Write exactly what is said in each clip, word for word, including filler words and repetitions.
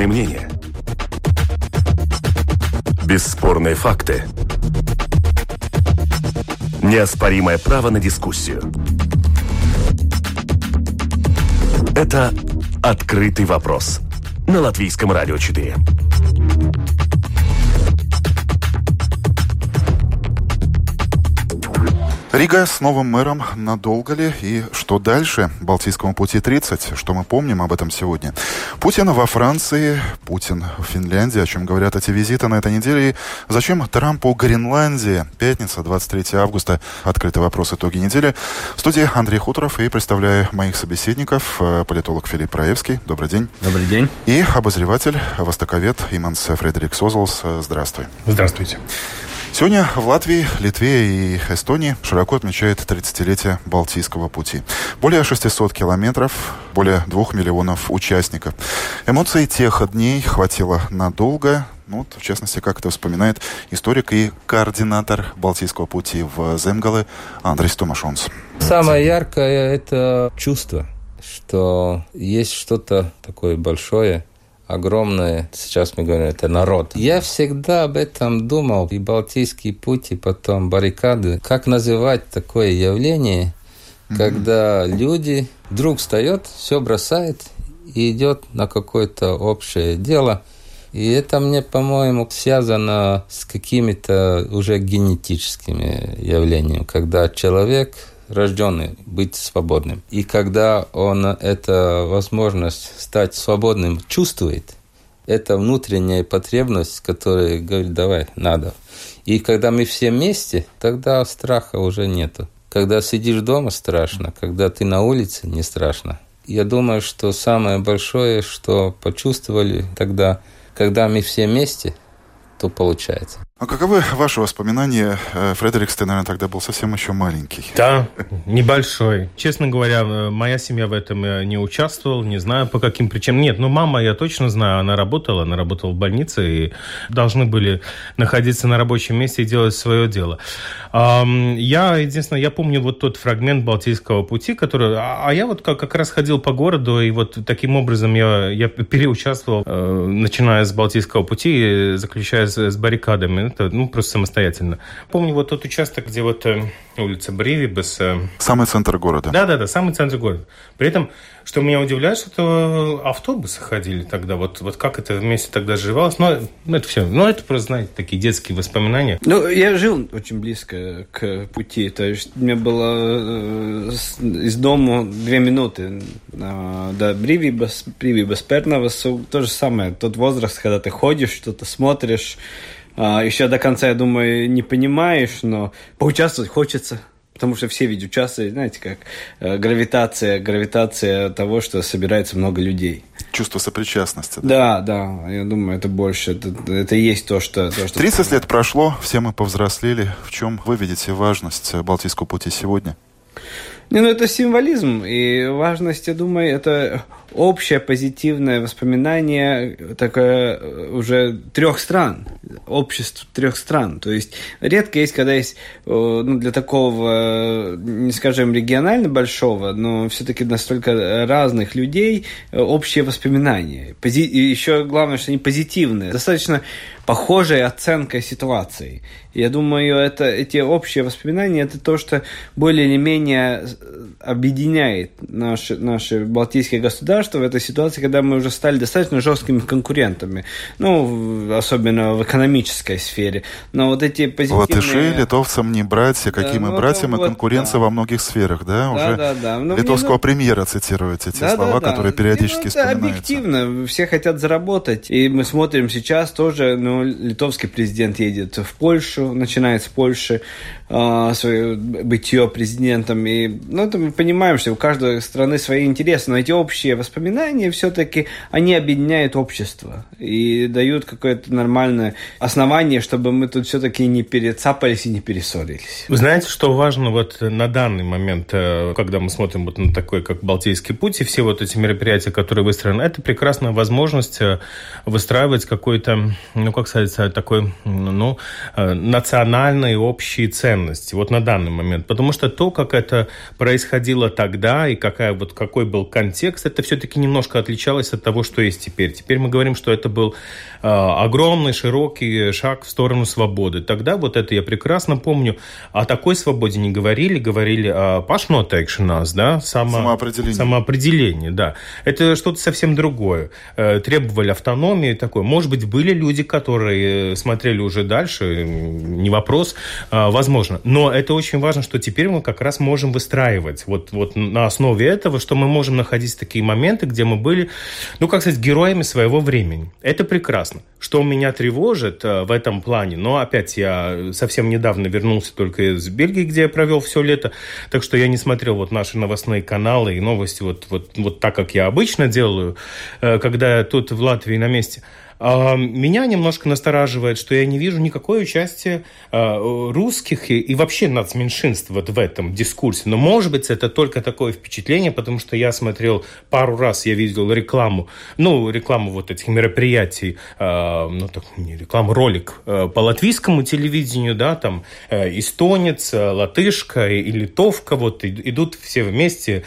Объективные мнения. Бесспорные факты. Неоспоримое право на дискуссию. Это «Открытый вопрос» на Латвийском радио четыре. Рига с новым мэром надолго ли? И что дальше? Балтийскому пути тридцать. Что мы помним об этом сегодня? Путин во Франции, Путин в Финляндии. О чем говорят эти визиты на этой неделе? И зачем Трампу Гренландия? Пятница, двадцать третьего августа. Открытый вопрос. Итоги недели. В студии Андрей Хуторов. И представляю моих собеседников. Политолог Филипп Раевский. Добрый день. Добрый день. И обозреватель, востоковед Иманс Фредерик Созолс. Здравствуй. Здравствуйте. Сегодня в Латвии, Литве и Эстонии широко отмечают тридцатилетие Балтийского пути. Более шестисот километров, более двух миллионов участников. Эмоций тех дней хватило надолго. Ну, вот, в частности, как это вспоминает историк и координатор Балтийского пути в Земгале Андрис Томашонс. Самое яркое – это чувство, что есть что-то такое большое, огромное, сейчас мы говорим, это народ. Я всегда об этом думал, и Балтийский путь, и потом баррикады. Как называть такое явление, mm-hmm. когда люди, вдруг встает, все бросает и идет на какое-то общее дело. И это мне, по-моему, связано с какими-то уже генетическими явлениями, когда человек рожденный быть свободным. И когда он эту возможность стать свободным чувствует, это внутренняя потребность, которая говорит, давай, надо. И когда мы все вместе, тогда страха уже нету. Когда сидишь дома, страшно. Когда ты на улице, не страшно. Я думаю, что самое большое, что почувствовали тогда, когда мы все вместе, то получается. А каковы ваши воспоминания? Фредерик, ты, наверное, тогда был совсем еще маленький. Да, небольшой. Честно говоря, моя семья в этом не участвовала, не знаю по каким причинам. Нет, ну мама, я точно знаю, она работала, она работала в больнице и должны были находиться на рабочем месте и делать свое дело. Я, единственное, я помню вот тот фрагмент Балтийского пути, который... А я вот как раз ходил по городу, и вот таким образом я, я переучаствовал, начиная с Балтийского пути, заключая с баррикадами. Это, ну, просто самостоятельно. Помню вот тот участок, где вот э, улица Бривибас. Э... Самый центр города. Да-да-да, самый центр города. При этом, что меня удивляет, что автобусы ходили тогда. Вот, вот как это вместе тогда сживалось. Но ну, это все. Ну, это просто, знаете, такие детские воспоминания. Ну, я жил очень близко к пути. То есть, мне было э, из дома две минуты э, до Бривибас, Бривибас Пернавас. То же самое. Тот возраст, когда ты ходишь, что-то смотришь. Uh, еще до конца, я думаю, не понимаешь, но поучаствовать хочется, потому что все ведь участвуют, знаете, как uh, гравитация, гравитация того, что собирается много людей. Чувство сопричастности. Да, да, да, я думаю, это больше, это, это и есть то, что... То, что тридцать лет прошло, все мы повзрослели. В чем вы видите важность Балтийского пути сегодня? Не, ну это символизм, и важность, я думаю, это общее позитивное воспоминание такое уже трех стран, общество трех стран. То есть редко есть, когда есть ну, для такого, не скажем, регионально большого, но все-таки настолько разных людей общее воспоминание. Пози- и еще главное, что они позитивные. Достаточно похожая оценка ситуации. Я думаю, это, эти общие воспоминания, это то, что более или менее объединяет наши, наши балтийские государства в этой ситуации, когда мы уже стали достаточно жесткими конкурентами, ну, особенно в экономической сфере. Но вот эти позитивные... Латыши, литовцам не братья, какие да, мы ну, братья, мы вот, конкуренция да. во многих сферах, да? да уже да, да. Ну, литовского ну, премьера цитируют эти да, слова, да, которые да. периодически ну, вспоминаются. Объективно, все хотят заработать. И мы смотрим сейчас тоже, ну, литовский президент едет в Польшу, начинает с Польши э, свое бытие президентом. И, ну, это мы понимаем, что у каждой страны свои интересы, но эти общие воспоминания все-таки, они объединяют общество и дают какое-то нормальное основание, чтобы мы тут все-таки не перецапались и не перессорились. Вы знаете, что важно вот на данный момент, когда мы смотрим вот на такой, как Балтийский путь, и все вот эти мероприятия, которые выстроены, это прекрасная возможность выстраивать какой-то, ну, как сказать, такой, ну, национальные общие ценности вот на данный момент. Потому что то, как это происходило тогда и какая, вот, какой был контекст, это все-таки все-таки немножко отличалось от того, что есть теперь. Теперь мы говорим, что это был э, огромный, широкий шаг в сторону свободы. Тогда вот это я прекрасно помню. О такой свободе не говорили. Говорили о pašnotteikšanās, да? Само, самоопределение. Самоопределение, да. Это что-то совсем другое. Э, требовали автономии такой. Может быть, были люди, которые смотрели уже дальше, не вопрос, э, возможно. Но это очень важно, что теперь мы как раз можем выстраивать. Вот, вот на основе этого, что мы можем находить такие моменты, где мы были, ну, как сказать, героями своего времени. Это прекрасно. Что меня тревожит э, в этом плане, но опять я совсем недавно вернулся только из Бельгии, где я провел все лето, так что я не смотрел вот наши новостные каналы и новости вот, вот, вот так, как я обычно делаю, э, когда я тут в Латвии на месте. Меня немножко настораживает, что я не вижу никакое участие русских и вообще нацменьшинств вот в этом дискурсе. Но, может быть, это только такое впечатление, потому что я смотрел пару раз, я видел рекламу, ну, рекламу вот этих мероприятий, ну, так, не рекламу, ролик по латвийскому телевидению, да, там эстонец, латышка и литовка, вот идут все вместе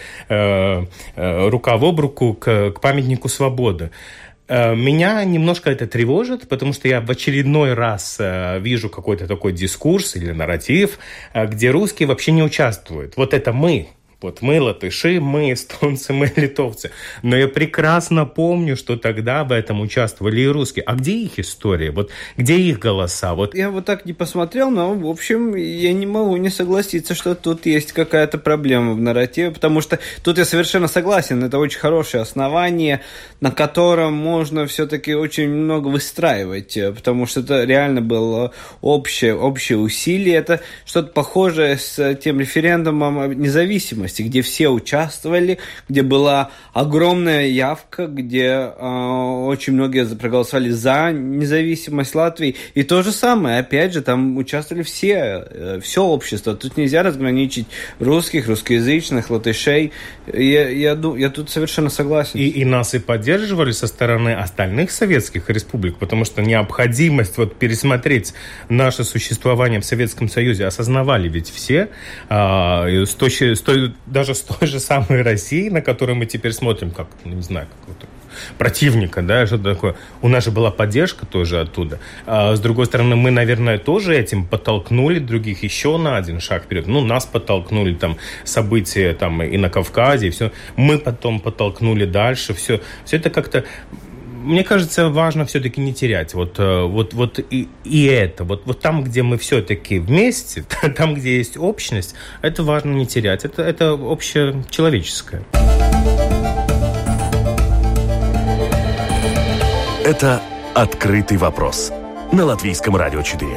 рука в об руку к, к памятнику свободы. Меня немножко это тревожит, потому что я в очередной раз вижу какой-то такой дискурс или нарратив, где русские вообще не участвуют. Вот это мы. Вот мы латыши, мы эстонцы, мы литовцы. Но я прекрасно помню, что тогда в этом участвовали и русские. А где их история? Вот где их голоса? Вот. Я вот так не посмотрел, но, в общем, я не могу не согласиться, что тут есть какая-то проблема в нарративе, потому что тут я совершенно согласен. Это очень хорошее основание, на котором можно все-таки очень много выстраивать, потому что это реально было общее, общее усилие. Это что-то похожее с тем референдумом о независимости, где все участвовали, где была огромная явка, где э, очень многие проголосовали за независимость Латвии. И то же самое, опять же, там участвовали все, э, все общество. Тут нельзя разграничить русских, русскоязычных, латышей. Я, я, я тут совершенно согласен. И, и нас и поддерживали со стороны остальных советских республик, потому что необходимость вот пересмотреть наше существование в Советском Союзе осознавали ведь все, э, с той, с той, даже с той же самой Россией, на которую мы теперь смотрим, как, не знаю, какого-то противника, да, что такое. У нас же была поддержка тоже оттуда. А с другой стороны, мы, наверное, тоже этим подтолкнули других еще на один шаг вперед. Ну, нас подтолкнули там события там и на Кавказе, и все. Мы потом подтолкнули дальше, все. Все это как-то... Мне кажется, важно все-таки не терять вот, вот, вот и, и это. Вот, вот там, где мы все-таки вместе, там, где есть общность, это важно не терять. Это, это общечеловеческое. Это «Открытый вопрос» на Латвийском радио четыре.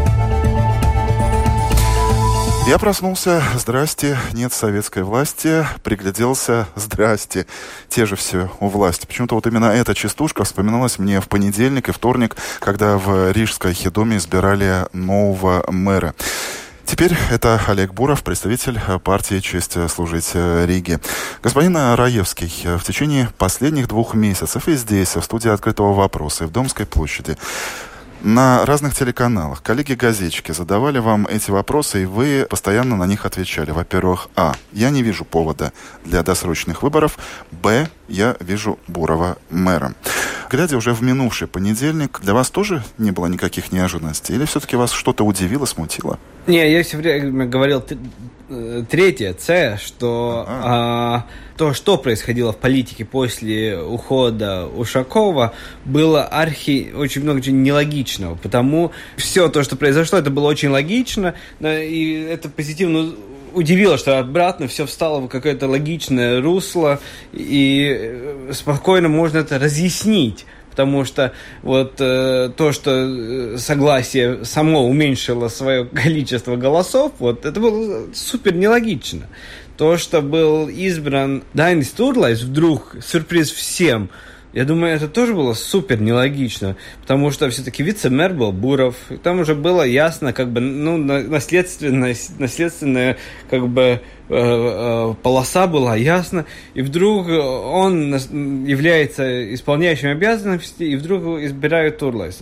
Я проснулся, здрасте, нет советской власти, пригляделся, здрасте, те же все у власти. Почему-то вот именно эта частушка вспоминалась мне в понедельник и вторник, когда в Рижской Думе избирали нового мэра. Теперь это Олег Буров, представитель партии «Честь служить Риге». Господин Раевский, в течение последних двух месяцев и здесь, в студии «Открытого вопроса», и в Домской площади, на разных телеканалах коллеги-газетчики задавали вам эти вопросы, и вы постоянно на них отвечали. Во-первых, а. Я не вижу повода для досрочных выборов. Б. Я вижу Бурова мэром. Глядя уже в минувший понедельник, для вас тоже не было никаких неожиданностей? Или все-таки вас что-то удивило, смутило? Не, я все время говорил третье, С, что ага. а, то, что происходило в политике после ухода Ушакова, было архи очень много чего нелогичного, потому все то, что произошло, это было очень логично, и это позитивно удивило, что обратно все встало в какое-то логичное русло, и спокойно можно это разъяснить. Потому что вот э, то, что согласие само уменьшило свое количество голосов, вот это было супер нелогично. То, что был избран Дайнис Турлайс, вдруг сюрприз всем, я думаю, это тоже было супер нелогично, потому что все-таки вице-мэр был Буров, и там уже было ясно, как бы, ну, наследственная, наследственная, как бы, э, э, полоса была ясна, и вдруг он является исполняющим обязанности, и вдруг избирают Турлайса.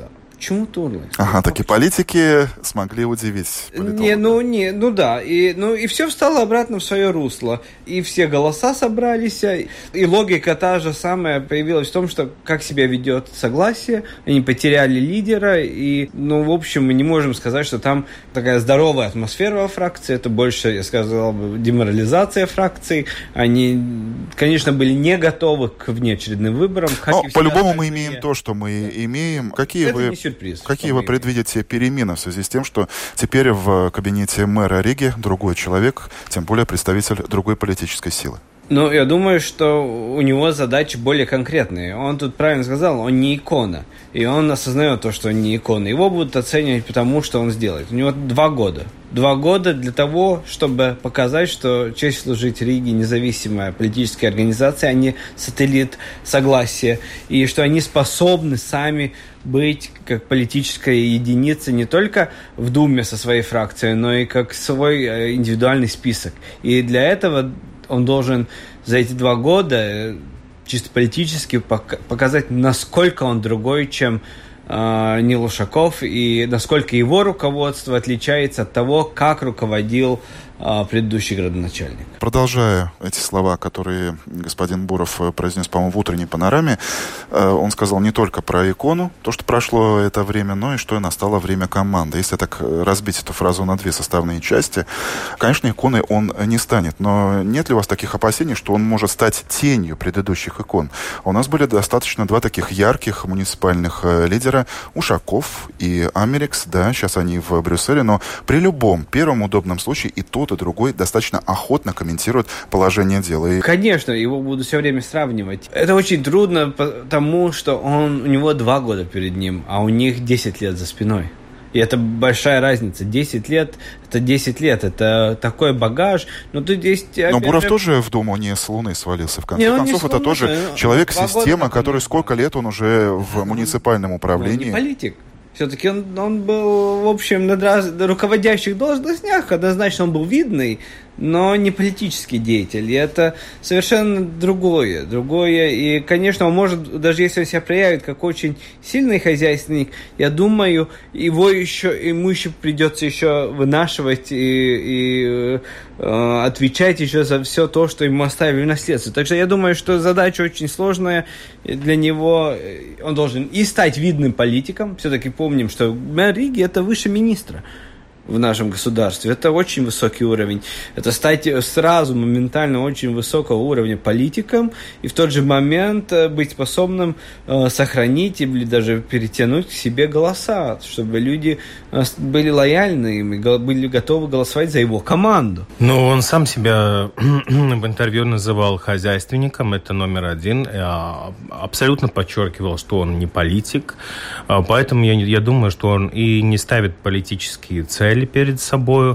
Почему Турлы? Ага, такие политики смогли удивить политологов. Не, ну, не, ну да. И, ну, и все встало обратно в свое русло. И все голоса собрались. И логика та же самая появилась в том, что как себя ведет согласие. Они потеряли лидера. И, ну, в общем, мы не можем сказать, что там такая здоровая атмосфера во фракции. Это больше, я сказал бы, деморализация фракции. Они, конечно, были не готовы к внеочередным выборам. Но по-любому мы имеем то, что мы имеем. Какие Это вы... не сюрприз. Какие вы предвидите перемены в связи с тем, что теперь в кабинете мэра Риги другой человек, тем более представитель другой политической силы? Ну, я думаю, что у него задачи более конкретные. Он тут правильно сказал, он не икона. И он осознает то, что он не икона. Его будут оценивать потому, что он сделает. У него два года. Два года для того, чтобы показать, что «Честь служить Риге» независимая политическая организация, а не сателлит согласия. И что они способны сами быть как политическая единица не только в Думе со своей фракцией, но и как свой индивидуальный список. И для этого он должен за эти два года чисто политически показать, насколько он другой, чем э, Нил Ушаков, и насколько его руководство отличается от того, как руководил э, предыдущий градоначальник. Продолжая эти слова, которые господин Буров произнес, по-моему, в утренней панораме, э, он сказал не только про икону, то, что прошло это время, но и что настало время команды. Если так разбить эту фразу на две составные части, конечно, иконой он не станет. Но нет ли у вас таких опасений, что он может стать тенью предыдущих икон? У нас были достаточно два таких ярких муниципальных лидера, Ушаков и Америкс, да, сейчас они в Брюсселе, но при любом первом удобном случае и тот, и другой достаточно охотно комментируют положение дела. И... Конечно, его буду все время сравнивать. Это очень трудно, потому что он, у него два года перед ним, а у них десять лет за спиной. И это большая разница. десять лет – это десять лет. Это такой багаж. Но тут есть... Но Буров же... тоже в Думу не с Луны свалился. В конце не, концов, это Луны, тоже человек-система, который сколько лет он уже в муниципальном управлении. Он не политик. Все-таки он, он был, в общем, на раз... руководящих должностях. Однозначно он был видный, но не политический деятель. И это совершенно другое. Другое. И, конечно, он может, даже если он себя проявит как очень сильный хозяйственник, я думаю, его еще, ему еще придется еще вынашивать и, и э, отвечать еще за все то, что ему оставили в наследство. Так что я думаю, что задача очень сложная для него. Он должен и стать видным политиком. Все-таки помним, что мэр Риги – это выше министра в нашем государстве. Это очень высокий уровень. Это стать сразу, моментально очень высокого уровня политиком и в тот же момент быть способным э, сохранить или даже перетянуть к себе голоса, чтобы люди э, были лояльны им и го- были готовы голосовать за его команду. Ну, он сам себя в интервью называл хозяйственником, это номер один. Я абсолютно подчеркивал, что он не политик, поэтому я, я думаю, что он и не ставит политические цели перед собой.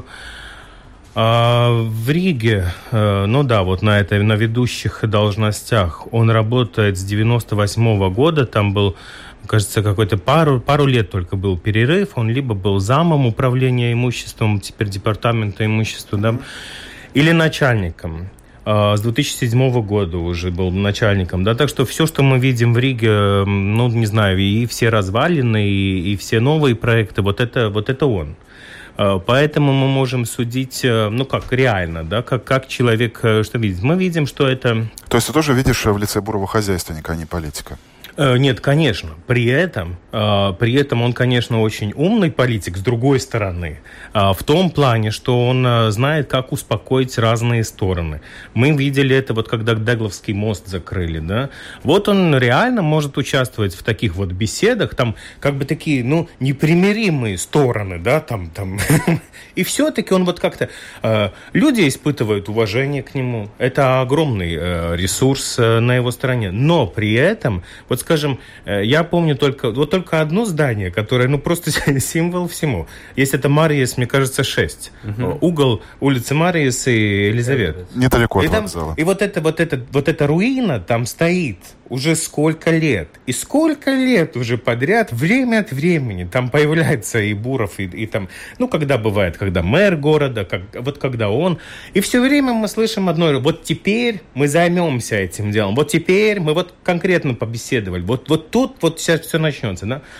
А в Риге, ну да, вот на этой, на ведущих должностях он работает с девяносто восьмого года, там был, кажется, какой-то пару, пару лет только был перерыв, он либо был замом управления имуществом, теперь департамента имущества, да, или начальником. С две тысячи седьмого года уже был начальником, да, так что все, что мы видим в Риге, ну, не знаю, и все развалины, и, и все новые проекты, вот это, вот это он. Поэтому мы можем судить, ну как, реально, да, как, как человек что видит. Мы видим, что это... То есть ты тоже видишь в лице Бурова хозяйственника, а не политика? Нет, конечно. При этом, при этом он, конечно, очень умный политик, с другой стороны, в том плане, что он знает, как успокоить разные стороны. Мы видели это, вот когда Дегловский мост закрыли, да. Вот он реально может участвовать в таких вот беседах, там как бы такие, ну, непримиримые стороны, да, там, там. И все-таки он вот как-то... Люди испытывают уважение к нему. Это огромный ресурс на его стороне. Но при этом, вот скажем, я помню только, вот только одно здание, которое, ну, просто символ всему. Есть это Мариес, мне кажется, шесть. Угу. Угол улицы Мариес и Елизаветы. Недалеко от вокзала. И вот это, вот это, вот эта руина там стоит уже сколько лет. И сколько лет уже подряд, время от времени, там появляется и Буров, и, и там, ну, когда бывает, когда мэр города, как, вот когда он. И все время мы слышим одно, вот теперь мы займемся этим делом, вот теперь мы вот конкретно побеседовали, вот, вот тут вот сейчас все начнется, да.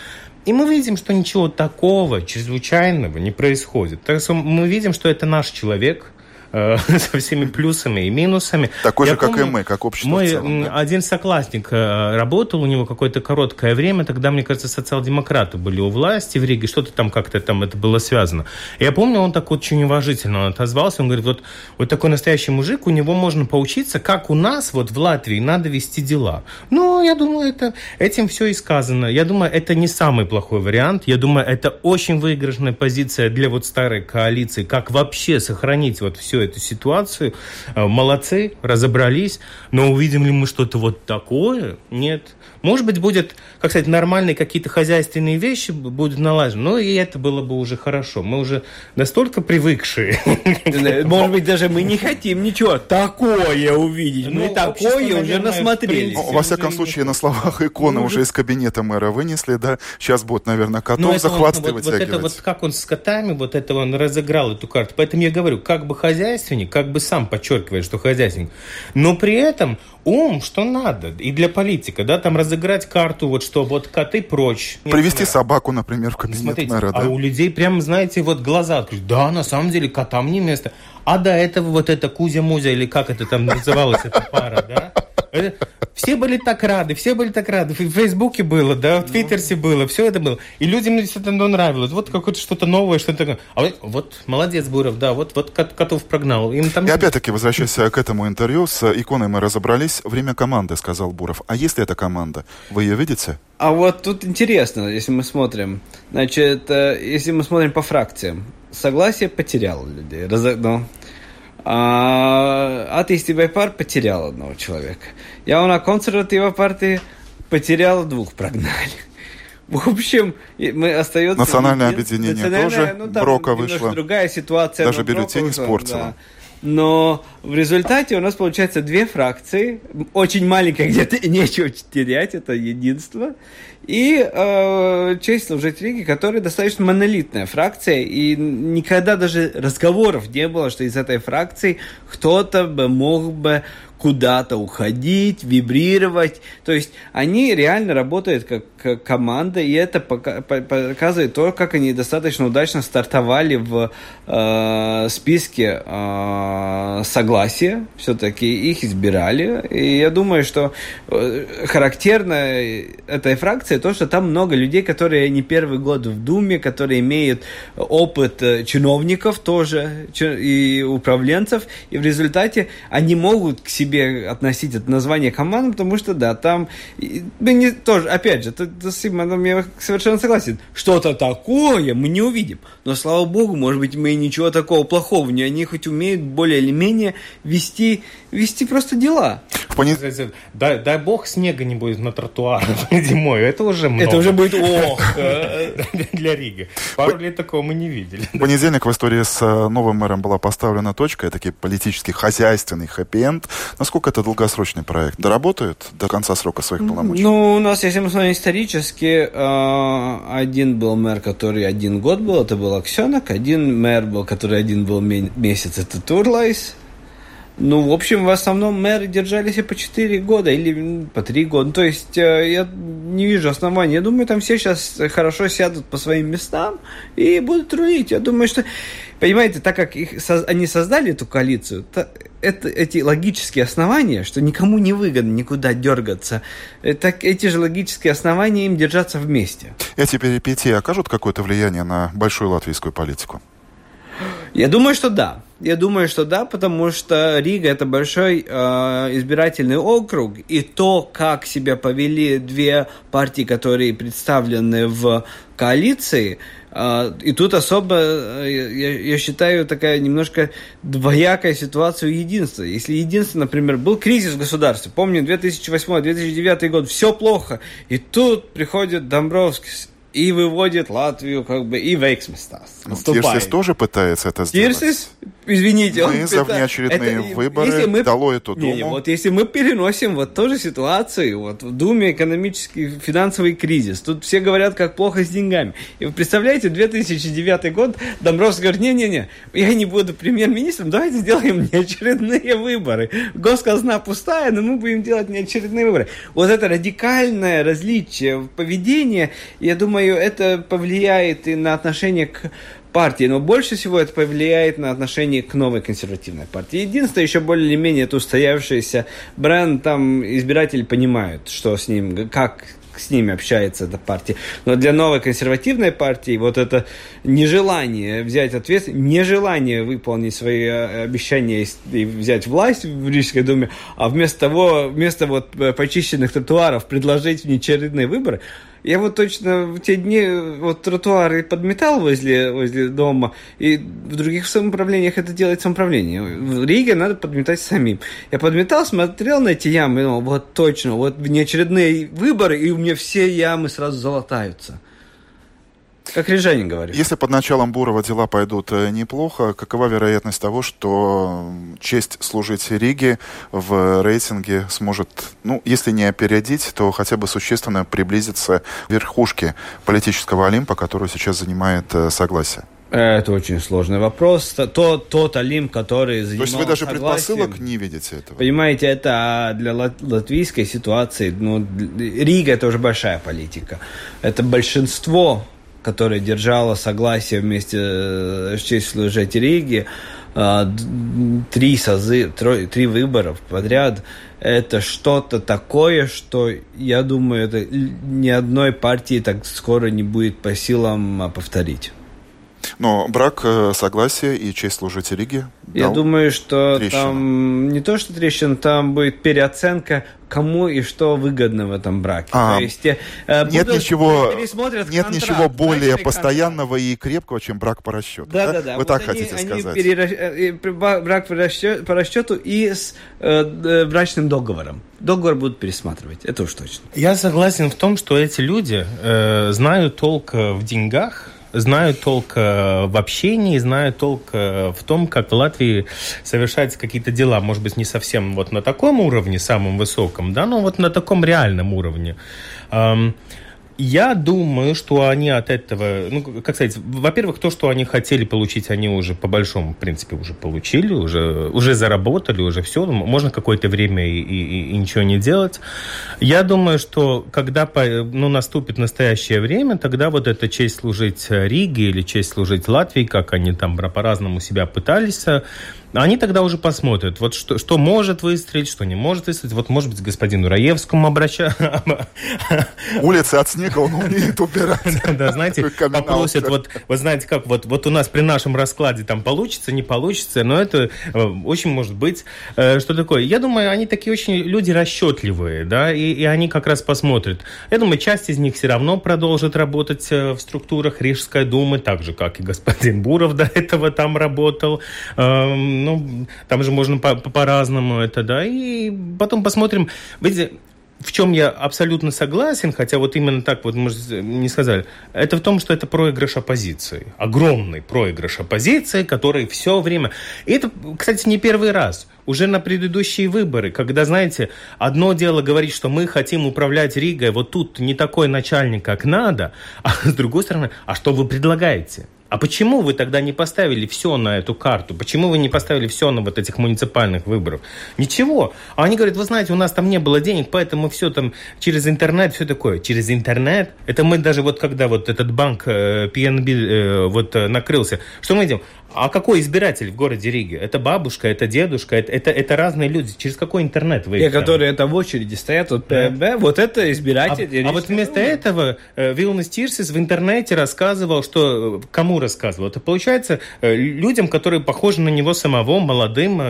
И мы видим, что ничего такого чрезвычайного не происходит. Так что мы видим, что это наш человек, со всеми плюсами и минусами. Такой Я же, помню, как и мы, как общество мой в целом. Да? Один соклассник работал, у него какое-то короткое время, тогда, мне кажется, социал-демократы были у власти в Риге, что-то там как-то там это было связано. Я помню, он так очень уважительно отозвался, он говорит, вот, вот такой настоящий мужик, у него можно поучиться, как у нас вот в Латвии надо вести дела. Ну, я думаю, это, этим все и сказано. Я думаю, это не самый плохой вариант. Я думаю, это очень выигрышная позиция для вот старой коалиции, как вообще сохранить вот все эту ситуацию. Молодцы, разобрались, но увидим ли мы что-то вот такое? Нет. Может быть, будет, как сказать, нормальные какие-то хозяйственные вещи будут налажены, но и это было бы уже хорошо. Мы уже настолько привыкшие. Может быть, даже мы не хотим ничего такое увидеть. Мы такое уже насмотрелись. Во всяком случае, на словах иконы уже из кабинета мэра вынесли, да? Сейчас будут, наверное, котов захватывать, вот это вот как он с котами, вот это он разыграл эту карту. Поэтому я говорю, как бы хозяйственник, как бы сам подчеркивает, что хозяйственник, но при этом ум, что надо, и для политика, да, там разыграть карту, вот что, вот коты прочь. Привести собаку, например, в кабинет Смотрите, мэра, да? А у людей прям, знаете, вот глаза открыть. Да, на самом деле, котам не место. А до этого вот это Кузя-Музя, или как это там называлась, эта пара, да? Все были так рады, все были так рады. В Фейсбуке было, да, в Твиттерсе было, все это было. И людям это нравилось. Вот какое-то что-то новое, что-то такое. А вот, вот молодец, Буров, да, вот, вот котов прогнал. Им там... И опять-таки, возвращаясь к этому интервью, с иконой мы разобрались. Время команды, сказал Буров. А есть ли эта команда? Вы ее видите? А вот тут интересно, если мы смотрим. Значит, если мы смотрим по фракциям. Согласие потеряло людей. Раз... Ну, а атеистивая пар потерял одного человека. Явно консервативная партия потеряла двух, прогнали. В общем, мы остается... Национальное объединение национальное, тоже, ну, Брока вышла. Другая ситуация. Даже бюллетень испортила. Да. Но в результате у нас получается две фракции. Очень маленькая, где-то нечего терять, это единство. И э, честь служить Риге, которая достаточно монолитная фракция. И никогда даже разговоров не было, что из этой фракции кто-то бы мог бы куда-то уходить, вибрировать. То есть они реально работают как, как команда, и это пока, по, показывает то, как они достаточно удачно стартовали в э, списке э, согласия. Все-таки их избирали. И я думаю, что э, характерно этой фракции то, что там много людей, которые не первый год в Думе, которые имеют опыт чиновников тоже и управленцев, и в результате они могут к себе относить это название команды, потому что, да, там мы не, тоже, опять же, ты, ты, Симон, я совершенно согласен, что-то такое мы не увидим, но, слава богу, может быть, мы ничего такого плохого не, они хоть умеют более или менее вести, вести просто дела. Понят... Дай, дай бог снега не будет на тротуарах зимой, это уже много. Это уже будет ох для Риги. Пару лет такого мы не видели. В понедельник в истории с новым мэром была поставлена точка, такой политический, хозяйственный хэппи-энд. Насколько это долгосрочный проект? Доработают до конца срока своих полномочий? Ну, у нас, если мы смотрим исторически, один был мэр, который один год был, это был Аксенок, один мэр был, который один был месяц, это Турлайс. Ну, в общем, в основном мэры держались и по четыре года или по три года. То есть я не вижу оснований. Я думаю, там все сейчас хорошо сядут по своим местам и будут рулить. Я думаю, что, понимаете, так как их, они создали эту коалицию, то это, эти логические основания, что никому не выгодно никуда дергаться, так эти же логические основания им держаться вместе. Эти перипетии окажут какое-то влияние на большую латвийскую политику? Я думаю, что да. Я думаю, что да, потому что Рига – это большой э, избирательный округ, и то, как себя повели две партии, которые представлены в коалиции, э, и тут особо, э, я, я считаю, такая немножко двоякая ситуация у единства. Если единство, например, был кризис в государстве, помню, две тысячи восьмой - две тысячи девятый год, все плохо, и тут приходит Домбровскис и выводит Латвию, как бы, и вейксместас. Ну, Тирсис тоже пытается это сделать. Тирсис, извините, мы он за это, внеочередные это, выборы мы, дало эту Думу. Не, не, вот если мы переносим вот ту же ситуацию, вот в Думе экономический, финансовый кризис, тут все говорят, как плохо с деньгами. И вы представляете, две тысячи девятый год, Домбровский говорит, не-не-не, я не буду премьер-министром, давайте сделаем неочередные выборы. Госказна пустая, но мы будем делать неочередные выборы. Вот это радикальное различие в поведении, я думаю, это повлияет и на отношение к партии, но больше всего это повлияет на отношение к новой консервативной партии. Единственное, еще более-менее это устоявшийся бренд, там избиратели понимают, что с ним, как с ними общается эта партия. Но для новой консервативной партии вот это нежелание взять ответственность, нежелание выполнить свои обещания и взять власть в Рижской думе, а вместо того, вместо вот почищенных тротуаров предложить внеочередные выборы. Я вот точно в те дни вот тротуары подметал возле, возле дома, и в других самоуправлениях это делает самоуправление. В Риге надо подметать самим. Я подметал, смотрел на эти ямы и думал, вот точно, вот внеочередные выборы, и у меня все ямы сразу золотаются. Как рижанин говорит. Если под началом Бурова дела пойдут неплохо, какова вероятность того, что честь служить Риге в рейтинге сможет, ну, если не опередить, то хотя бы существенно приблизиться к верхушке политического Олимпа, которую сейчас занимает Согласие? Это очень сложный вопрос. Тот, тот Олимп, который занимал. То есть вы даже Согласием, предпосылок не видите этого? Понимаете, это для латвийской ситуации, ну, Рига – это уже большая политика. Это большинство, которое держало Согласие вместе с честь служить Риге, три созыва, три выборов подряд, это что-то такое, что, я думаю, это ни одной партии так скоро не будет по силам повторить. Но брак, согласие и честь служить Риге? Я думаю, что трещину. Там не то, что трещина, там будет переоценка, кому и что выгодно в этом браке. А, то есть, нет ничего, нет контракт, ничего более контракт. постоянного и крепкого, чем брак по расчету. Да, да, да. да. Вы вот так они, хотите они сказать? Перера... Брак по расчету, по расчету и с э, брачным договором. Договор будут пересматривать, это уж точно. Я согласен в том, что эти люди э, знают толк в деньгах, знают толк в общении, знают толк в том, как в Латвии совершаются какие-то дела. Может быть, не совсем вот на таком уровне, самом высоком, да, но вот на таком реальном уровне. Я думаю, что они от этого, ну, как сказать, во-первых, то, что они хотели получить, они уже по большому, в принципе, уже получили, уже, уже заработали, уже все, можно какое-то время и, и, и ничего не делать. Я думаю, что когда, ну, наступит настоящее время, тогда вот эта честь служить Риге или честь служить Латвии, как они там по-разному себя пытались, они тогда уже посмотрят, вот что, что может выстрелить, что не может выстрелить. Вот, может быть, к господину Раевскому обращаться. Улицы от снега он умеет убирать. Да, знаете, попросят, вот, вы знаете, как, вот, вот у нас при нашем раскладе там получится, не получится, но это очень может быть, что такое. Я думаю, они такие очень люди расчетливые, да, и, и они как раз посмотрят. Я думаю, часть из них все равно продолжит работать в структурах Рижской думы, так же, как и господин Буров до этого там работал. Ну, там же можно по- по-разному это, да, и потом посмотрим. Видите, в чем я абсолютно согласен, хотя вот именно так вот, может, не сказали, это в том, что это проигрыш оппозиции. Огромный проигрыш оппозиции, который все время... И это, кстати, не первый раз. Уже на предыдущие выборы, когда, знаете, одно дело говорить, что мы хотим управлять Ригой, вот тут не такой начальник, как надо, а с другой стороны, а что вы предлагаете? А почему вы тогда не поставили все на эту карту? Почему вы не поставили все на вот этих муниципальных выборах? Ничего. А они говорят, вы знаете, у нас там не было денег, поэтому все там через интернет, все такое. Через интернет? Это мы даже вот когда вот этот банк пи эн би вот накрылся, что мы делаем? А какой избиратель в городе Риге? Это бабушка, это дедушка, это, это, это разные люди. Через какой интернет вы их? Те, которые это в очереди стоят, вот, да. ПМБ, вот это избиратели. А, а вот вместо этого Вилнис Тирсис в интернете рассказывал, что кому рассказывал? Это получается людям, которые похожи на него самого, молодым,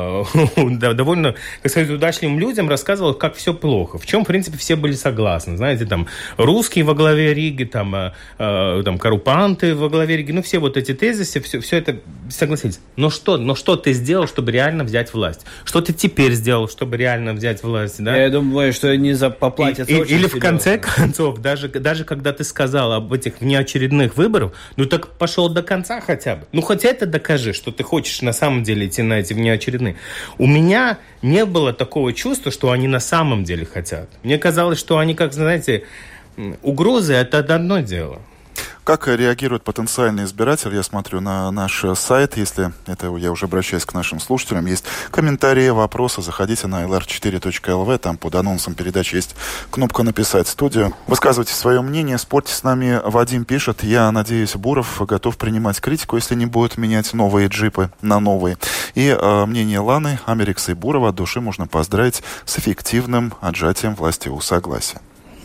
довольно, так сказать, удачливым людям рассказывал, как все плохо. В чем, в принципе, все были согласны. Знаете, там русские во главе Риги, там, там коррупанты во главе Риги, ну все вот эти тезисы, все, все это это согласились. Но что, но что ты сделал, чтобы реально взять власть? Что ты теперь сделал, чтобы реально взять власть? Да? Я думаю, что они за поплатятся и, очень Или серьезно. В конце концов, даже, даже когда ты сказал об этих внеочередных выборах, ну так пошел до конца хотя бы. Ну хотя это докажи, что ты хочешь на самом деле идти на эти внеочередные. У меня не было такого чувства, что они на самом деле хотят. Мне казалось, что они, как, знаете, угрозы – это одно дело. Как реагирует потенциальный избиратель? Я смотрю на наш сайт, если это я уже обращаюсь к нашим слушателям, есть комментарии, вопросы, заходите на эл ар четыре точка эл ви, там под анонсом передачи есть кнопка «Написать студию». Высказывайте свое мнение, спорьте с нами. Вадим пишет: я надеюсь, Буров готов принимать критику, если не будет менять новые джипы на новые. И э, мнение Ланы, Америкса и Бурова от души можно поздравить с эффективным отжатием власти у согласия.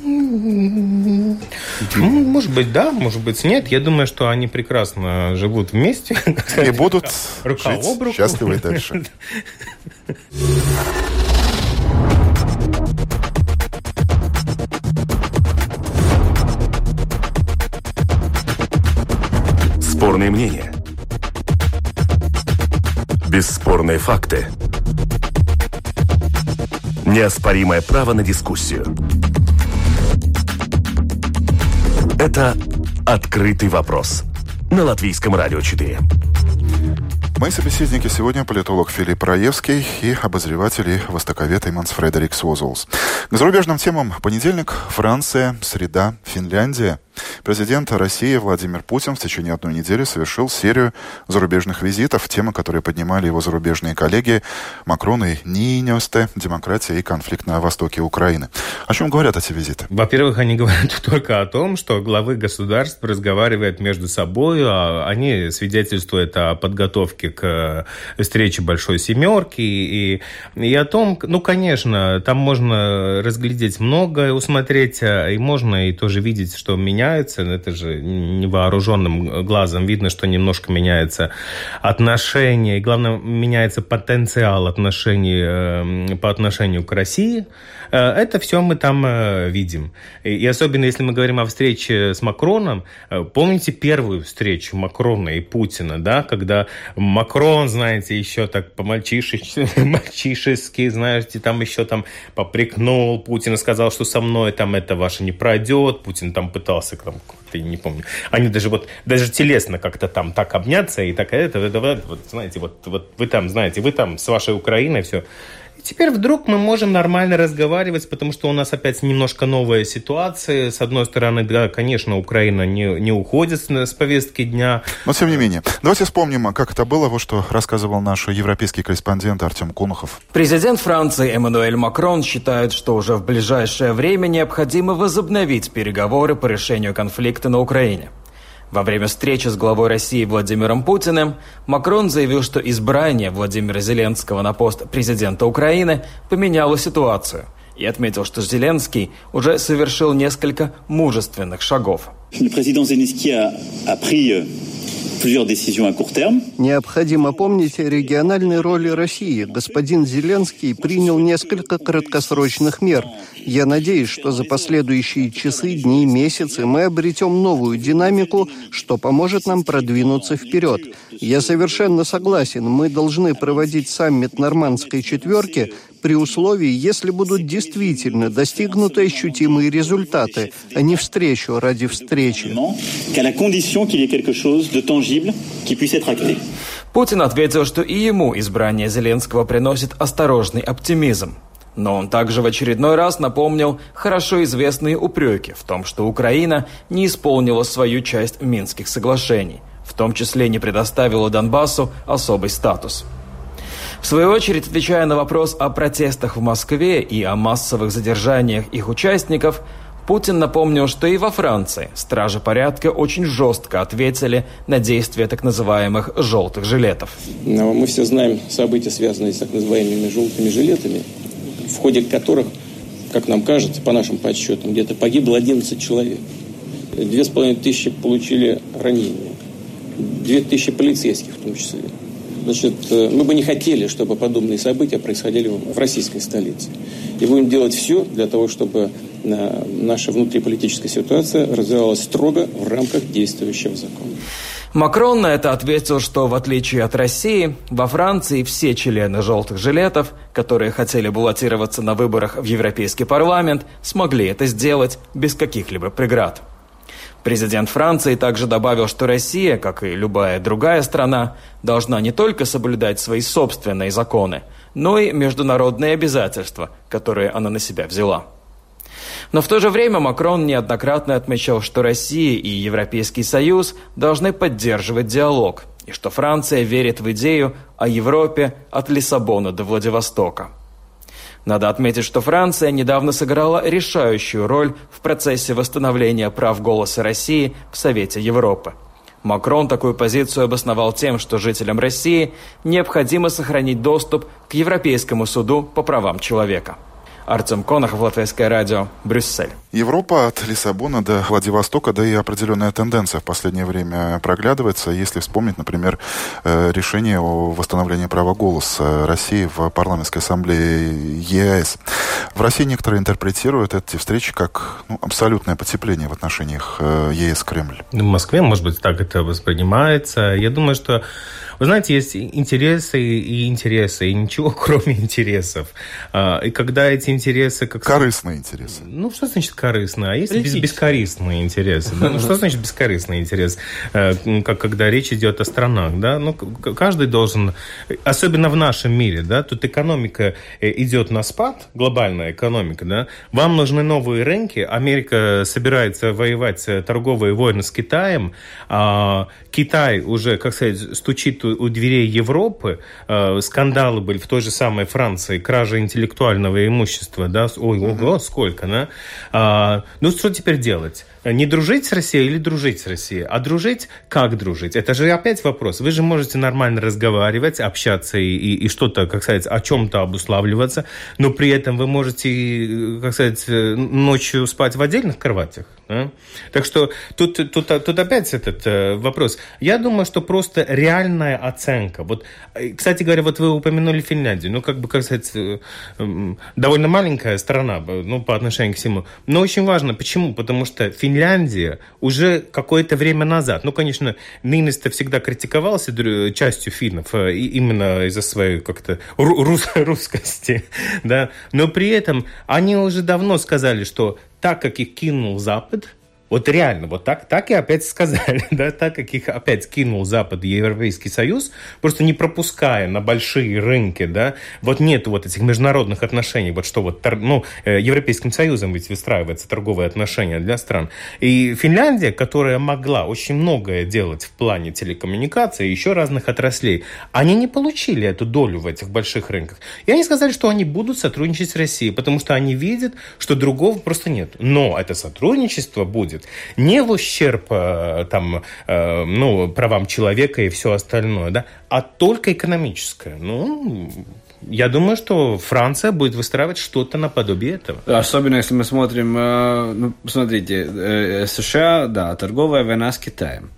Может быть, да, может быть, нет. Я думаю, что они прекрасно живут вместе. И будут рука жить об руку. счастливы и дальше. Спорные мнения. Бесспорные факты. Неоспоримое право на дискуссию. Это «Открытый вопрос» на Латвийском радио четыре. Мои собеседники сегодня политолог Филипп Раевский и обозреватель и востоковед Иманс Фредерикс Озолс. К зарубежным темам. Понедельник, Франция, среда, Финляндия. Президент России Владимир Путин в течение одной недели совершил серию зарубежных визитов. Темы, которые поднимали его зарубежные коллеги: Макрон и Ниинёсте, демократия и конфликт на востоке Украины. О чем говорят эти визиты? Во-первых, они говорят только о том, что главы государств разговаривают между собой, а они свидетельствуют о подготовке к встрече Большой Семерки и, и о том, ну, конечно, там можно разглядеть многое, усмотреть, и можно и тоже видеть, что меняется. Это же невооруженным глазом видно, что немножко меняется отношение, и, главное, меняется потенциал отношений по отношению к России. Это все мы там видим. И особенно, если мы говорим о встрече с Макроном, помните первую встречу Макрона и Путина, да, когда Макрон, знаете, еще так по-мальчишески, знаете, там еще там попрекнул Путина, сказал, что со мной там это ваше не пройдет. Путин там пытался, там, я не помню, они даже вот, даже телесно как-то там так обняться и так это, это, это вот, знаете, вот, вот вы там, знаете, вы там с вашей Украиной, все. И теперь вдруг мы можем нормально разговаривать, потому что у нас опять немножко новая ситуация. С одной стороны, да, конечно, Украина не, не уходит с повестки дня. Но тем не менее, давайте вспомним, как это было, вот что рассказывал наш европейский корреспондент Артем Конухов. Президент Франции Эммануэль Макрон считает, что уже в ближайшее время необходимо возобновить переговоры по решению конфликта на Украине. Во время встречи с главой России Владимиром Путиным Макрон заявил, что избрание Владимира Зеленского на пост президента Украины поменяло ситуацию, и отметил, что Зеленский уже совершил несколько мужественных шагов. Необходимо помнить о региональной роли России. Господин Зеленский принял несколько краткосрочных мер. Я надеюсь, что за последующие часы, дни, месяцы мы обретем новую динамику, что поможет нам продвинуться вперед. Я совершенно согласен, мы должны проводить саммит Нормандской четверки при условии, если будут действительно достигнуты ощутимые результаты, а не встречу ради встречи. Путин ответил, что и ему избрание Зеленского приносит осторожный оптимизм. Но он также в очередной раз напомнил хорошо известные упреки в том, что Украина не исполнила свою часть Минских соглашений, в том числе не предоставила Донбассу особый статус. В свою очередь, отвечая на вопрос о протестах в Москве и о массовых задержаниях их участников, Путин напомнил, что и во Франции стражи порядка очень жестко ответили на действия так называемых «желтых жилетов». Мы все знаем события, связанные с так называемыми «желтыми жилетами», в ходе которых, как нам кажется, по нашим подсчетам, где-то погибло одиннадцать человек. Две с половиной тысячи получили ранения. Две тысячи полицейских в том числе. Значит, мы бы не хотели, чтобы подобные события происходили в российской столице. И будем делать все для того, чтобы наша внутриполитическая ситуация развивалась строго в рамках действующего закона. Макрон на это ответил, что в отличие от России, во Франции все члены «желтых жилетов», которые хотели баллотироваться на выборах в Европейский парламент, смогли это сделать без каких-либо преград. Президент Франции также добавил, что Россия, как и любая другая страна, должна не только соблюдать свои собственные законы, но и международные обязательства, которые она на себя взяла. Но в то же время Макрон неоднократно отмечал, что Россия и Европейский Союз должны поддерживать диалог, и что Франция верит в идею о Европе от Лиссабона до Владивостока. Надо отметить, что Франция недавно сыграла решающую роль в процессе восстановления прав голоса России в Совете Европы. Макрон такую позицию обосновал тем, что жителям России необходимо сохранить доступ к Европейскому суду по правам человека. Артем Конохов, Латвийское радио, Брюссель. Европа от Лиссабона до Владивостока, да и определенная тенденция в последнее время проглядывается. Если вспомнить, например, решение о восстановлении права голоса России в парламентской ассамблее ЕАЭС. В России некоторые интерпретируют эти встречи как ну, абсолютное потепление в отношениях ЕС-Кремль. В Москве, может быть, так это воспринимается. Я думаю, что, вы знаете, есть интересы и интересы, и ничего кроме интересов. И когда эти интересы... Как... Корыстные интересы. Ну, что значит корыстные? А есть без, бескорыстные интересы. Да? Ну, что значит бескорыстный интерес? Как когда речь идет о странах. Да? Ну, каждый должен... Особенно в нашем мире. Да? Тут экономика идет на спад, глобальная экономика. Да? Вам нужны новые рынки. Америка собирается воевать торговые войны с Китаем. А Китай уже, как сказать, стучит у дверей Европы. Скандалы были в той же самой Франции. Кража интеллектуального имущества. Да? Ой, ого, сколько, да? А, ну, что теперь делать? Не дружить с Россией или дружить с Россией? А дружить? Как дружить? Это же опять вопрос. Вы же можете нормально разговаривать, общаться и, и, и что-то, как сказать, о чем-то обуславливаться, но при этом вы можете, как сказать, ночью спать в отдельных кроватях. Да? Так что тут, тут, тут опять этот э, вопрос. Я думаю, что просто реальная оценка. Вот, кстати говоря, вот вы упомянули Финляндию. Ну, как бы, как сказать, э, э, довольно маленькая страна, ну, по отношению к всему. Но очень важно. Почему? Потому что Финляндия уже какое-то время назад, ну, конечно, Нинеста всегда критиковался частью финнов э, именно из-за своей как-то рус, русскости, да, но при этом они уже давно сказали, что так как их кинул Запад, вот реально, вот так, так и опять сказали, да, так как их опять кинул Запад и Европейский Союз, просто не пропуская на большие рынки, да, вот нет вот этих международных отношений, вот что вот, ну, Европейским Союзом ведь выстраиваются торговые отношения для стран. И Финляндия, которая могла очень многое делать в плане телекоммуникаций и еще разных отраслей, они не получили эту долю в этих больших рынках. И они сказали, что они будут сотрудничать с Россией, потому что они видят, что другого просто нет. Но это сотрудничество будет не в ущерб там, э, ну, правам человека и все остальное, да, а только экономическое. Ну, я думаю, что Франция будет выстраивать что-то наподобие этого. Особенно, если мы смотрим, э, ну, смотрите, э, США, да, торговая война с Китаем.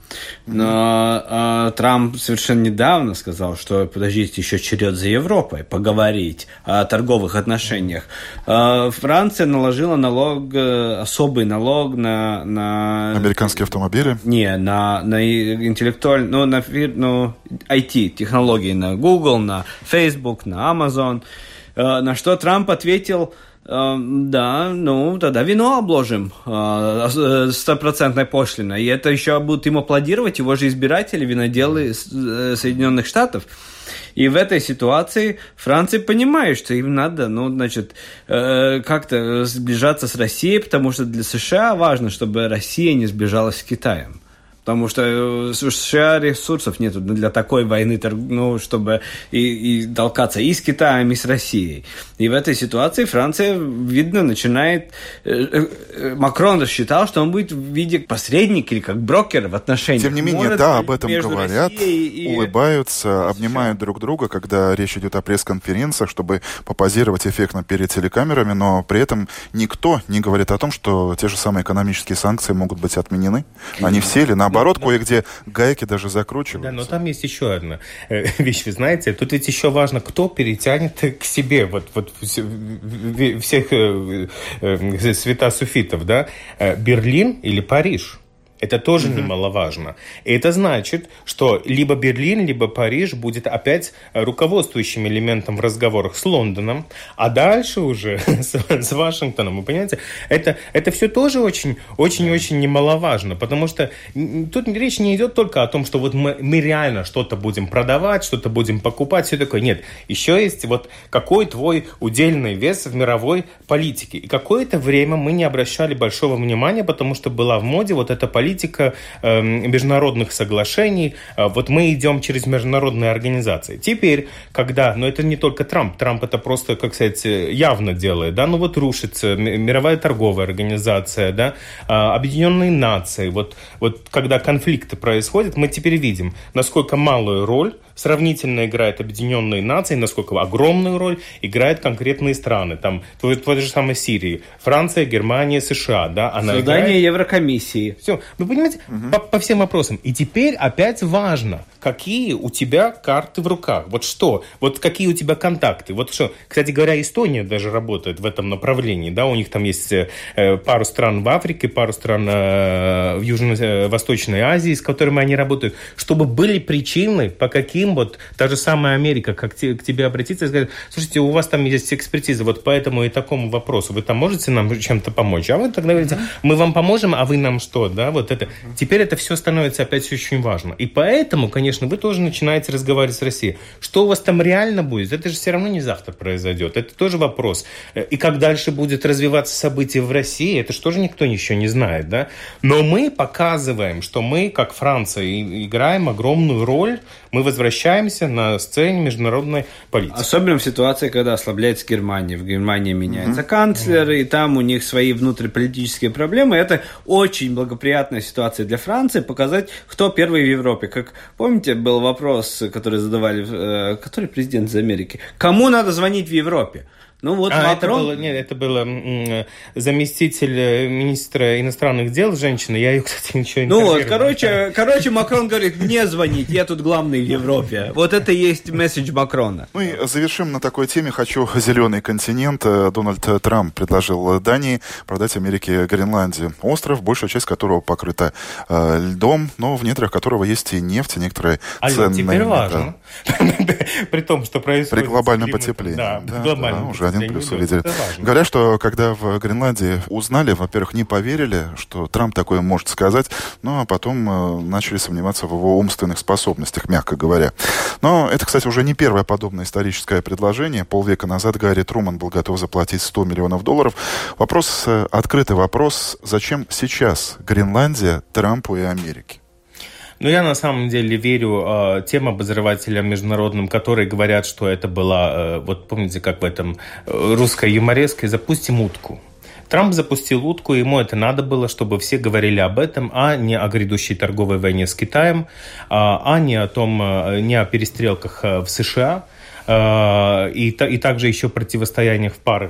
Но э, Трамп совершенно недавно сказал, что подождите, еще черед за Европой поговорить о торговых отношениях. Э, Франция наложила налог, особый налог на... на... Американские автомобили? Не, на, на интеллектуальные, ну, на ну, ай ти-технологии, на Google, на Facebook, на Amazon. Э, на что Трамп ответил... Да, ну, тогда вино обложим стопроцентной пошлиной. И это еще будут им аплодировать его же избиратели, виноделы Соединенных Штатов. И в этой ситуации Франция понимает, что им надо, ну, значит, как-то сближаться с Россией, потому что для США важно, чтобы Россия не сближалась с Китаем. Потому что у США ресурсов нет для такой войны, ну, чтобы и, и толкаться и с Китаем, и с Россией. И в этой ситуации Франция, видно, начинает... Макрон рассчитал, что он будет в виде посредника или как брокера в отношениях. Тем не менее, Может, да, об этом говорят, и... улыбаются, обнимают друг друга, когда речь идет о пресс-конференциях, чтобы попозировать эффектно перед телекамерами, но при этом никто не говорит о том, что те же самые экономические санкции могут быть отменены. Они все или наоборот. Наоборот, кое-где гайки даже закручиваются. Да, но там есть еще одна вещь, вы знаете. Тут ведь еще важно, кто перетянет к себе вот, вот всех света суфитов, да? Берлин или Париж? Это тоже Mm-hmm. немаловажно. И это значит, что либо Берлин, либо Париж будет опять руководствующим элементом в разговорах с Лондоном, а дальше уже с, с Вашингтоном. Вы понимаете? Это, это все тоже очень-очень немаловажно, потому что тут речь не идет только о том, что вот мы, мы реально что-то будем продавать, что-то будем покупать, все такое. Нет. Еще есть вот какой твой удельный вес в мировой политике. И какое-то время мы не обращали большого внимания, потому что была в моде вот эта политика, политика э, международных соглашений. Э, вот мы идем через международные организации. Теперь, когда, но это не только Трамп, Трамп это просто, как сказать, явно делает, да, ну вот рушится мировая торговая организация, да, э, Объединенные Нации. Вот, вот когда конфликты происходят, мы теперь видим, насколько малую роль сравнительно играет Объединенные Нации, насколько огромную роль играют конкретные страны. Там, в той же самой Сирии, Франция, Германия, США, да, она Создание играет... Еврокомиссии. Все, вы понимаете, угу. по, по всем вопросам. И теперь опять важно, какие у тебя карты в руках. Вот что, вот какие у тебя контакты. Вот что, кстати говоря, Эстония даже работает в этом направлении, да, у них там есть э, пару стран в Африке, пару стран э, в Южно-Восточной Азии, с которыми они работают, чтобы были причины, по каким вот та же самая Америка, как те, к тебе обратиться и сказать: слушайте, у вас там есть экспертиза вот по этому и такому вопросу, вы там можете нам чем-то помочь? А вы тогда говорите, мы вам поможем, а вы нам что, да, вот это. Теперь это все становится опять очень важно. И поэтому, конечно, вы тоже начинаете разговаривать с Россией. Что у вас там реально будет? Это же все равно не завтра произойдет. Это тоже вопрос. И как дальше будет развиваться события в России, это же тоже никто еще не знает, да? Но мы показываем, что мы, как Франция, играем огромную роль, мы возвращаемся на сцене международной политики. Особенно в ситуации, когда ослабляется Германия. В Германии меняется mm-hmm. канцлер, mm-hmm. и там у них свои внутриполитические проблемы. Это очень благоприятная ситуация для Франции, показать, кто первый в Европе. Как, помните, был вопрос, который задавали, э, который президент из Америки? Кому надо звонить в Европе? Ну вот а, Макрон... это было, нет, это было м- заместитель министра иностранных дел, женщина. Я ее, кстати, ничего не Ну вот, короче, короче, Макрон говорит: мне звонить, я тут главный в Европе. Вот это и есть месседж Макрона. Ну и завершим на такой теме. Хочу зеленый континент. Дональд Трамп предложил Дании продать Америке Гренландию. Остров, большая часть которого покрыта э, льдом, но в недрах которого есть и нефть, и некоторые а ценные... теперь важно. При том, что происходит... При глобальном потеплении. Да, да, глобальном да, уже один плюс увидели. Это Говорят, что когда в Гренландии узнали, во-первых, не поверили, что Трамп такое может сказать, ну а потом э, начали сомневаться в его умственных способностях, мягко говоря. Но это, кстати, уже не первое подобное историческое предложение. Полвека назад Гарри Труман был готов заплатить сто миллионов долларов. Вопрос, э, открытый вопрос, зачем сейчас Гренландия Трампу и Америке? Ну, я на самом деле верю э, тем обозревателям международным, которые говорят, что это была, э, вот помните, как в этом э, русской юмореске, «Запустим утку». Трамп запустил утку, ему это надо было, чтобы все говорили об этом, а не о грядущей торговой войне с Китаем, а, а не о том, не о перестрелках в США. И, и также еще противостояниях в пар,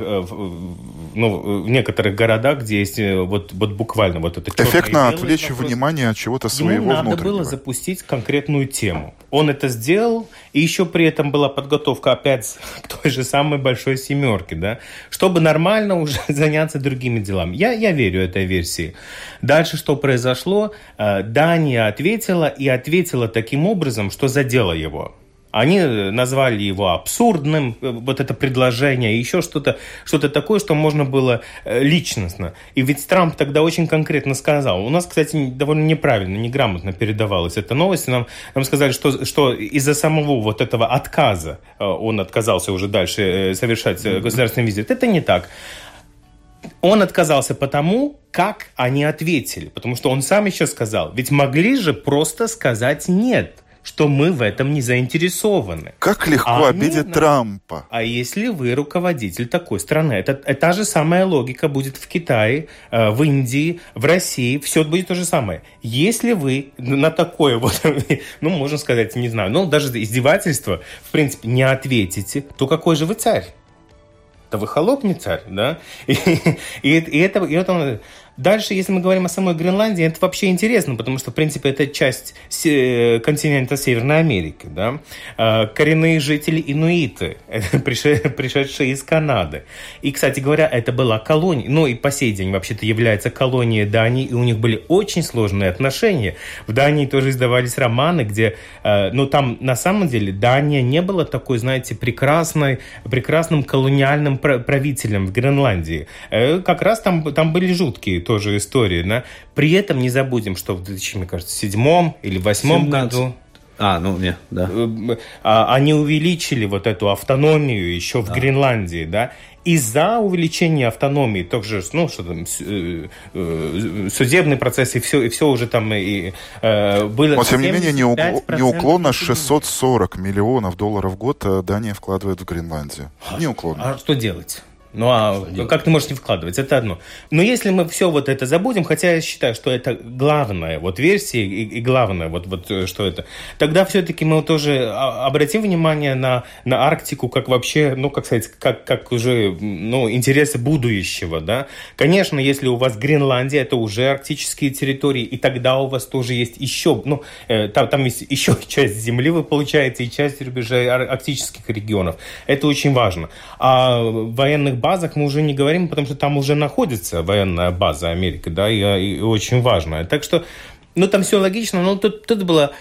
ну, в некоторых городах, где есть вот, вот буквально вот это... Эффектно отвлечь вопрос. Внимание от чего-то своего Ему надо внутреннего. было запустить конкретную тему. Он это сделал, и еще при этом была подготовка опять к той же самой большой семерке, да, чтобы нормально уже заняться другими делами. Я, я верю этой версии. Дальше что произошло? Дания ответила, и ответила таким образом, что задела его. Они назвали его абсурдным, вот это предложение, еще что-то, что-то такое, что можно было личностно. И ведь Трамп тогда очень конкретно сказал. У нас, кстати, довольно неправильно, неграмотно передавалась эта новость. Нам, нам сказали, что, что из-за самого вот этого отказа он отказался уже дальше совершать государственный визит. Это не так. Он отказался потому, как они ответили. Потому что он сам еще сказал, ведь могли же просто сказать «нет», что мы в этом не заинтересованы. Как легко а обидеть мы, Трампа. А если вы руководитель такой страны? Это, это та же самая логика будет в Китае, в Индии, в России. Все будет то же самое. Если вы на такое вот, ну, можно сказать, не знаю, ну, даже издевательство, в принципе, не ответите, то какой же вы царь? Да вы холоп, не царь, да? И, и, и это... И это Дальше, если мы говорим о самой Гренландии, это вообще интересно, потому что, в принципе, это часть континента Северной Америки. Да? Коренные жители инуиты, пришедшие из Канады. И, кстати говоря, это была колония, ну и по сей день вообще-то является колонией Дании, и у них были очень сложные отношения. В Дании тоже издавались романы, где, ну там на самом деле Дания не была такой, знаете, прекрасной, прекрасным колониальным правителем в Гренландии. Как раз там, там были жуткие тоже истории. Да? При этом не забудем, что в две тысячи, мне кажется, седьмом или восьмом году А, ну, нет, да. они увеличили вот эту автономию еще в да. Гренландии, да, из-за увеличения автономии, также, ну, что там, судебный процесс, и все, и все уже там и, э, было... Но, тем не менее, неуклонно шестьсот сорок миллионов долларов в год Дания вкладывает в Гренландию. Неуклонно. А что делать? Ну, а как ты можешь не вкладывать? Это одно. Но если мы все вот это забудем, хотя я считаю, что это главная вот версия и, и главное, вот, вот что это, тогда все-таки мы тоже обратим внимание на, на Арктику как вообще, ну, как сказать, как, как уже, ну, интересы будущего, да. Конечно, если у вас Гренландия, это уже арктические территории, и тогда у вас тоже есть еще, ну, там, там есть еще часть земли, вы получаете, и часть рубежей арктических регионов. Это очень важно. А военных базах мы уже не говорим, потому что там уже находится военная база Америки, да, и, и очень важная. Так что, ну, там все логично, но тут, тут было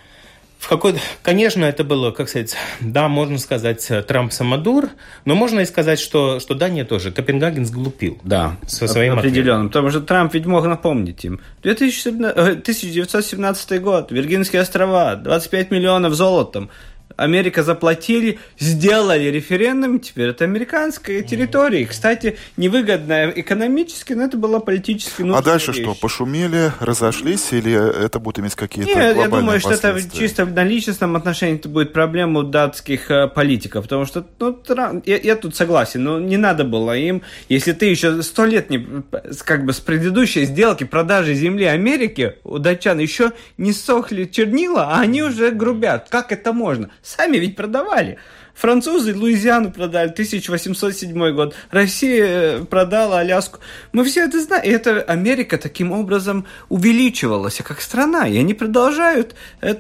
в какой-то... Конечно, это было, как сказать, да, можно сказать, Трамп-самодур, но можно и сказать, что, что Дания тоже, Копенгаген сглупил. Да, со своим определенно, потому что Трамп ведь мог напомнить им. тысяча девятьсот семнадцатый год, Виргинские острова, двадцать пять миллионов золотом. Америка заплатили, сделали референдум, теперь это американская территория. И, кстати, невыгодная экономически, но это была политически нужная А дальше вещь. Что, пошумели, разошлись, или это будет иметь какие-то Нет, глобальные я думаю, что это последствия? чисто на личностном отношении это будет проблема у датских э, политиков, потому что, ну, Трамп, я, я тут согласен, но не надо было им, если ты еще сто лет не, как бы с предыдущей сделки продажи земли Америки, у датчан еще не сохли чернила, а они уже грубят. Как это можно? Сами ведь продавали. Французы Луизиану продали, тысяча восемьсот седьмой год. Россия продала Аляску. Мы все это знаем. И это Америка таким образом увеличивалась как страна. И они продолжают.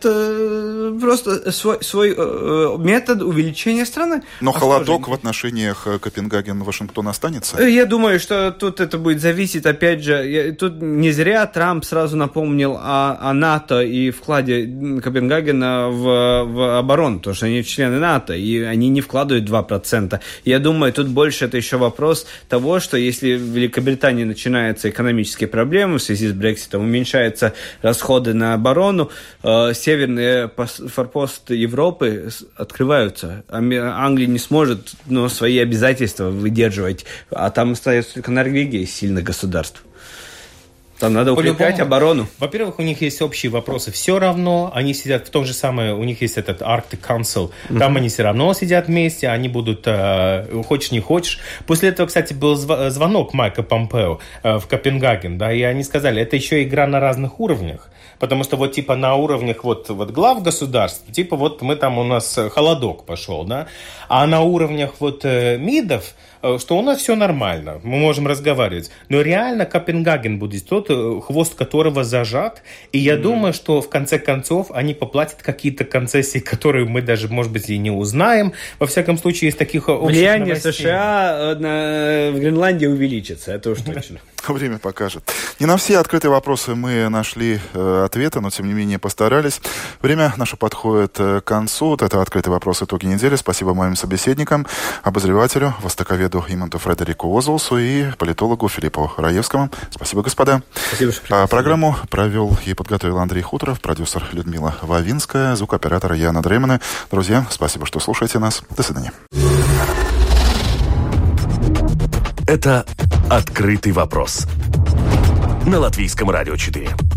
Это просто свой, свой э, метод увеличения страны. Но а холодок в отношениях Копенгаген-Вашингтон останется? Я думаю, что тут это будет зависеть, опять же, я, тут не зря Трамп сразу напомнил о, о НАТО и вкладе Копенгагена в, в оборону, потому что они члены НАТО, и они не вкладывают два процента. Я думаю, тут больше это еще вопрос того, что если в Великобритании начинаются экономические проблемы в связи с Брекситом, уменьшаются расходы на оборону, э, северные форпосты Европы открываются. Англия не сможет, ну, свои обязательства выдерживать, а там остается только Норвегия из сильных государств. Там надо укреплять оборону. Во-первых, у них есть общие вопросы. Все равно они сидят в том же самом... У них есть этот Arctic Council. Там mm-hmm. они все равно сидят вместе. Они будут... Э, хочешь, не хочешь. После этого, кстати, был зв- звонок Майка Помпео э, в Копенгаген. Да, и они сказали, это еще игра на разных уровнях. Потому что вот типа на уровнях вот, вот глав государств, типа вот мы там, у нас холодок пошел, да. А на уровнях вот э, МИДов, э, что у нас все нормально. Мы можем разговаривать. Но реально Копенгаген будет тот, хвост которого зажат. И я mm. думаю, что в конце концов они поплатят какие-то концессии, которые мы даже, может быть, и не узнаем. Во всяком случае, из таких общих Влияние новостей. США на, в Гренландии увеличится, это уж точно. Время покажет. Не на все открытые вопросы мы нашли э, ответы, но тем не менее постарались. Время наше подходит к концу. Вот это «Открытый вопрос. Итоги недели». Спасибо моим собеседникам, обозревателю, востоковеду Иманту Фредерику Озолсу и политологу Филиппу Раевскому. Спасибо, господа. Спасибо, что Программу провел и подготовил Андрей Хуторов, продюсер Людмила Вавинская, звукооператор Яна Дреймана. Друзья, спасибо, что слушаете нас. До свидания. Это «Открытый вопрос» на Латвийском радио четыре.